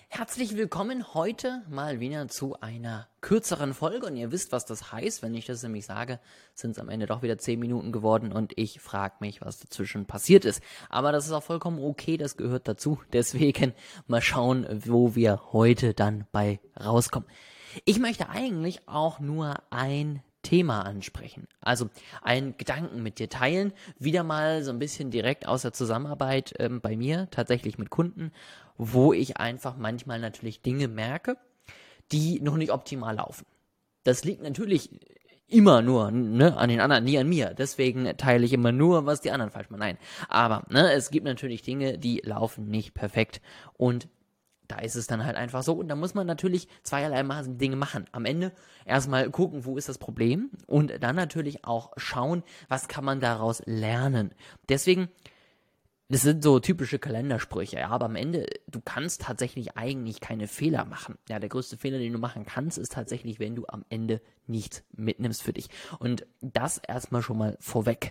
Herzlich willkommen heute mal wieder zu einer kürzeren Folge und ihr wisst, was das heißt. Wenn ich das nämlich sage, sind es am Ende doch wieder 10 Minuten geworden und ich frage mich, was dazwischen passiert ist. Aber das ist auch vollkommen okay, das gehört dazu. Deswegen mal schauen, wo wir heute dann bei rauskommen. Ich möchte eigentlich auch nur ein Thema ansprechen. Also einen Gedanken mit dir teilen, wieder mal so ein bisschen direkt aus der Zusammenarbeit bei mir, tatsächlich mit Kunden, wo ich einfach manchmal natürlich Dinge merke, die noch nicht optimal laufen. Das liegt natürlich immer nur an den anderen, nie an mir. Deswegen teile ich immer nur, was die anderen falsch machen. Nein, aber es gibt natürlich Dinge, die laufen nicht perfekt und da ist es dann halt einfach so und da muss man natürlich zweierlei Dinge machen. Am Ende erstmal gucken, wo ist das Problem und dann natürlich auch schauen, was kann man daraus lernen. Deswegen, das sind so typische Kalendersprüche, ja, aber am Ende, du kannst tatsächlich eigentlich keine Fehler machen. Ja, der größte Fehler, den du machen kannst, ist tatsächlich, wenn du am Ende nichts mitnimmst für dich. Und das erstmal schon mal vorweg.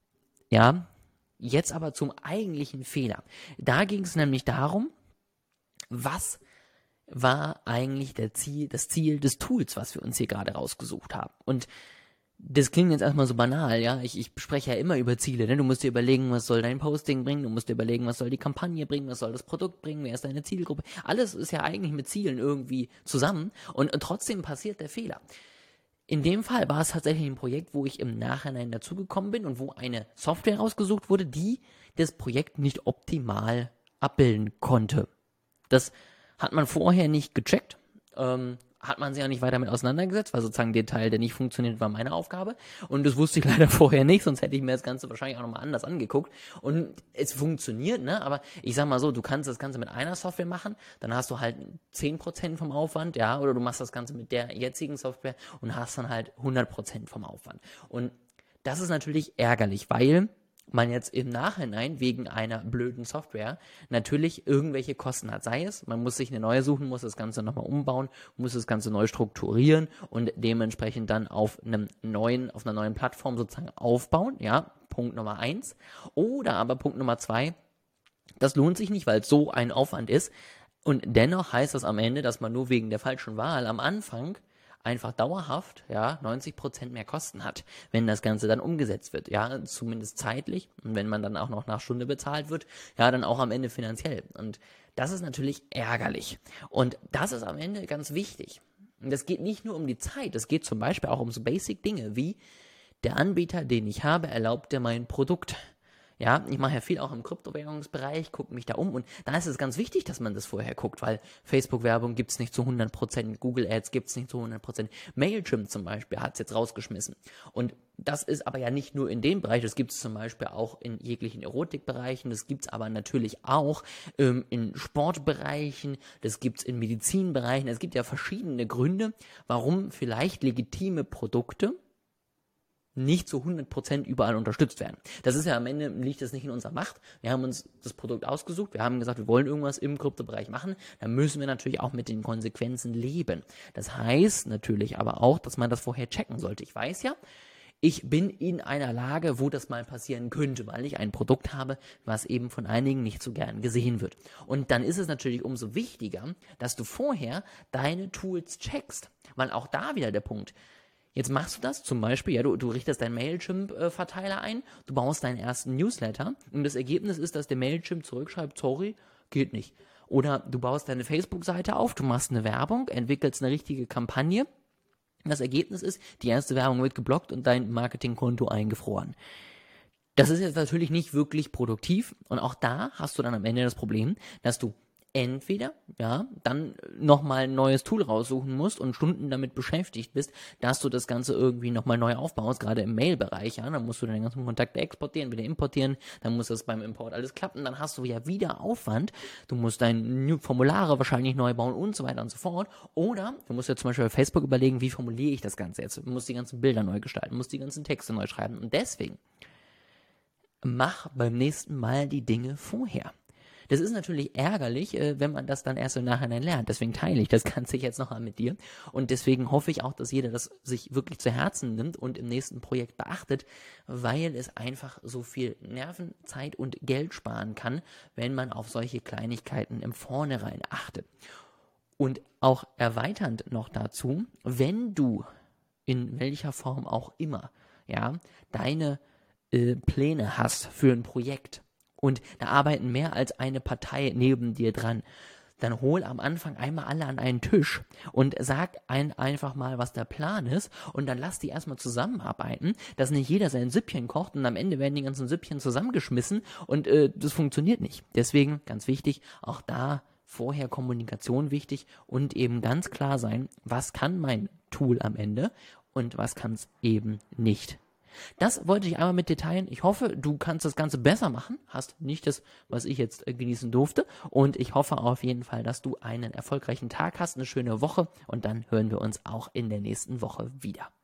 Ja, jetzt aber zum eigentlichen Fehler. Da ging es nämlich darum, was war eigentlich das Ziel des Tools, was wir uns hier gerade rausgesucht haben. Und das klingt jetzt erstmal so banal, ja. Ich spreche ja immer über Ziele, ne? Du musst dir überlegen, was soll dein Posting bringen, du musst dir überlegen, was soll die Kampagne bringen, was soll das Produkt bringen, wer ist deine Zielgruppe. Alles ist ja eigentlich mit Zielen irgendwie zusammen und trotzdem passiert der Fehler. In dem Fall war es tatsächlich ein Projekt, wo ich im Nachhinein dazugekommen bin und wo eine Software rausgesucht wurde, die das Projekt nicht optimal abbilden konnte. Das hat man vorher nicht gecheckt, hat man sich auch nicht weiter mit auseinandergesetzt, weil sozusagen der Teil, der nicht funktioniert, war meine Aufgabe. Und das wusste ich leider vorher nicht, sonst hätte ich mir das Ganze wahrscheinlich auch nochmal anders angeguckt. Und es funktioniert, ne? Aber ich sag mal so, du kannst das Ganze mit einer Software machen, dann hast du halt 10% vom Aufwand, ja, oder du machst das Ganze mit der jetzigen Software und hast dann halt 100% vom Aufwand. Und das ist natürlich ärgerlich, weil man jetzt im Nachhinein wegen einer blöden Software natürlich irgendwelche Kosten hat. Sei es, man muss sich eine neue suchen, muss das Ganze nochmal umbauen, muss das Ganze neu strukturieren und dementsprechend dann auf einer neuen Plattform sozusagen aufbauen. Ja, Punkt Nummer 1. Oder aber Punkt Nummer 2, das lohnt sich nicht, weil es so ein Aufwand ist. Und dennoch heißt das am Ende, dass man nur wegen der falschen Wahl am Anfang einfach dauerhaft, ja, 90% mehr Kosten hat, wenn das Ganze dann umgesetzt wird, ja, zumindest zeitlich und wenn man dann auch noch nach Stunde bezahlt wird, ja, dann auch am Ende finanziell. Und das ist natürlich ärgerlich. Und das ist am Ende ganz wichtig. Und das geht nicht nur um die Zeit, es geht zum Beispiel auch um so Basic-Dinge wie der Anbieter, den ich habe, erlaubt dir mein Produkt. Ja, ich mache ja viel auch im Kryptowährungsbereich, gucke mich da um und da ist es ganz wichtig, dass man das vorher guckt, weil Facebook-Werbung gibt's nicht zu 100%, Google Ads gibt's nicht zu 100%, Mailchimp zum Beispiel hat's jetzt rausgeschmissen und das ist aber ja nicht nur in dem Bereich, das gibt's zum Beispiel auch in jeglichen Erotikbereichen, das gibt's aber natürlich auch in Sportbereichen, das gibt's in Medizinbereichen, es gibt ja verschiedene Gründe, warum vielleicht legitime Produkte nicht zu 100% überall unterstützt werden. Das ist ja am Ende, liegt das nicht in unserer Macht. Wir haben uns das Produkt ausgesucht, wir haben gesagt, wir wollen irgendwas im Kryptobereich machen, dann müssen wir natürlich auch mit den Konsequenzen leben. Das heißt natürlich aber auch, dass man das vorher checken sollte. Ich weiß ja, ich bin in einer Lage, wo das mal passieren könnte, weil ich ein Produkt habe, was eben von einigen nicht so gern gesehen wird. Und dann ist es natürlich umso wichtiger, dass du vorher deine Tools checkst, weil auch da wieder der Punkt, jetzt machst du das zum Beispiel, ja, du richtest deinen Mailchimp-Verteiler ein, du baust deinen ersten Newsletter und das Ergebnis ist, dass der Mailchimp zurückschreibt, sorry, geht nicht. Oder du baust deine Facebook-Seite auf, du machst eine Werbung, entwickelst eine richtige Kampagne. Das Ergebnis ist, die erste Werbung wird geblockt und dein Marketingkonto eingefroren. Das ist jetzt natürlich nicht wirklich produktiv und auch da hast du dann am Ende das Problem, dass du entweder, ja, dann nochmal ein neues Tool raussuchen musst und Stunden damit beschäftigt bist, dass du das Ganze irgendwie nochmal neu aufbaust, gerade im Mail-Bereich, ja, dann musst du deine ganzen Kontakte exportieren, wieder importieren, dann muss das beim Import alles klappen, dann hast du ja wieder Aufwand, du musst deine Formulare wahrscheinlich neu bauen und so weiter und so fort, oder du musst ja zum Beispiel bei Facebook überlegen, wie formuliere ich das Ganze jetzt, du musst die ganzen Bilder neu gestalten, musst die ganzen Texte neu schreiben und deswegen mach beim nächsten Mal die Dinge vorher. Das ist natürlich ärgerlich, wenn man das dann erst im Nachhinein lernt. Deswegen teile ich das Ganze jetzt noch mal mit dir. Und deswegen hoffe ich auch, dass jeder das sich wirklich zu Herzen nimmt und im nächsten Projekt beachtet, weil es einfach so viel Nerven, Zeit und Geld sparen kann, wenn man auf solche Kleinigkeiten im Vornherein achtet. Und auch erweiternd noch dazu, wenn du in welcher Form auch immer, ja, deine Pläne hast für ein Projekt und da arbeiten mehr als eine Partei neben dir dran, dann hol am Anfang einmal alle an einen Tisch und sag einfach mal, was der Plan ist und dann lass die erstmal zusammenarbeiten, dass nicht jeder sein Süppchen kocht und am Ende werden die ganzen Süppchen zusammengeschmissen und das funktioniert nicht. Deswegen, ganz wichtig, auch da vorher Kommunikation wichtig und eben ganz klar sein, was kann mein Tool am Ende und was kann es eben nicht. Das wollte ich einmal mit dir teilen. Ich hoffe, du kannst das Ganze besser machen, hast nicht das, was ich jetzt genießen durfte und ich hoffe auf jeden Fall, dass du einen erfolgreichen Tag hast, eine schöne Woche und dann hören wir uns auch in der nächsten Woche wieder.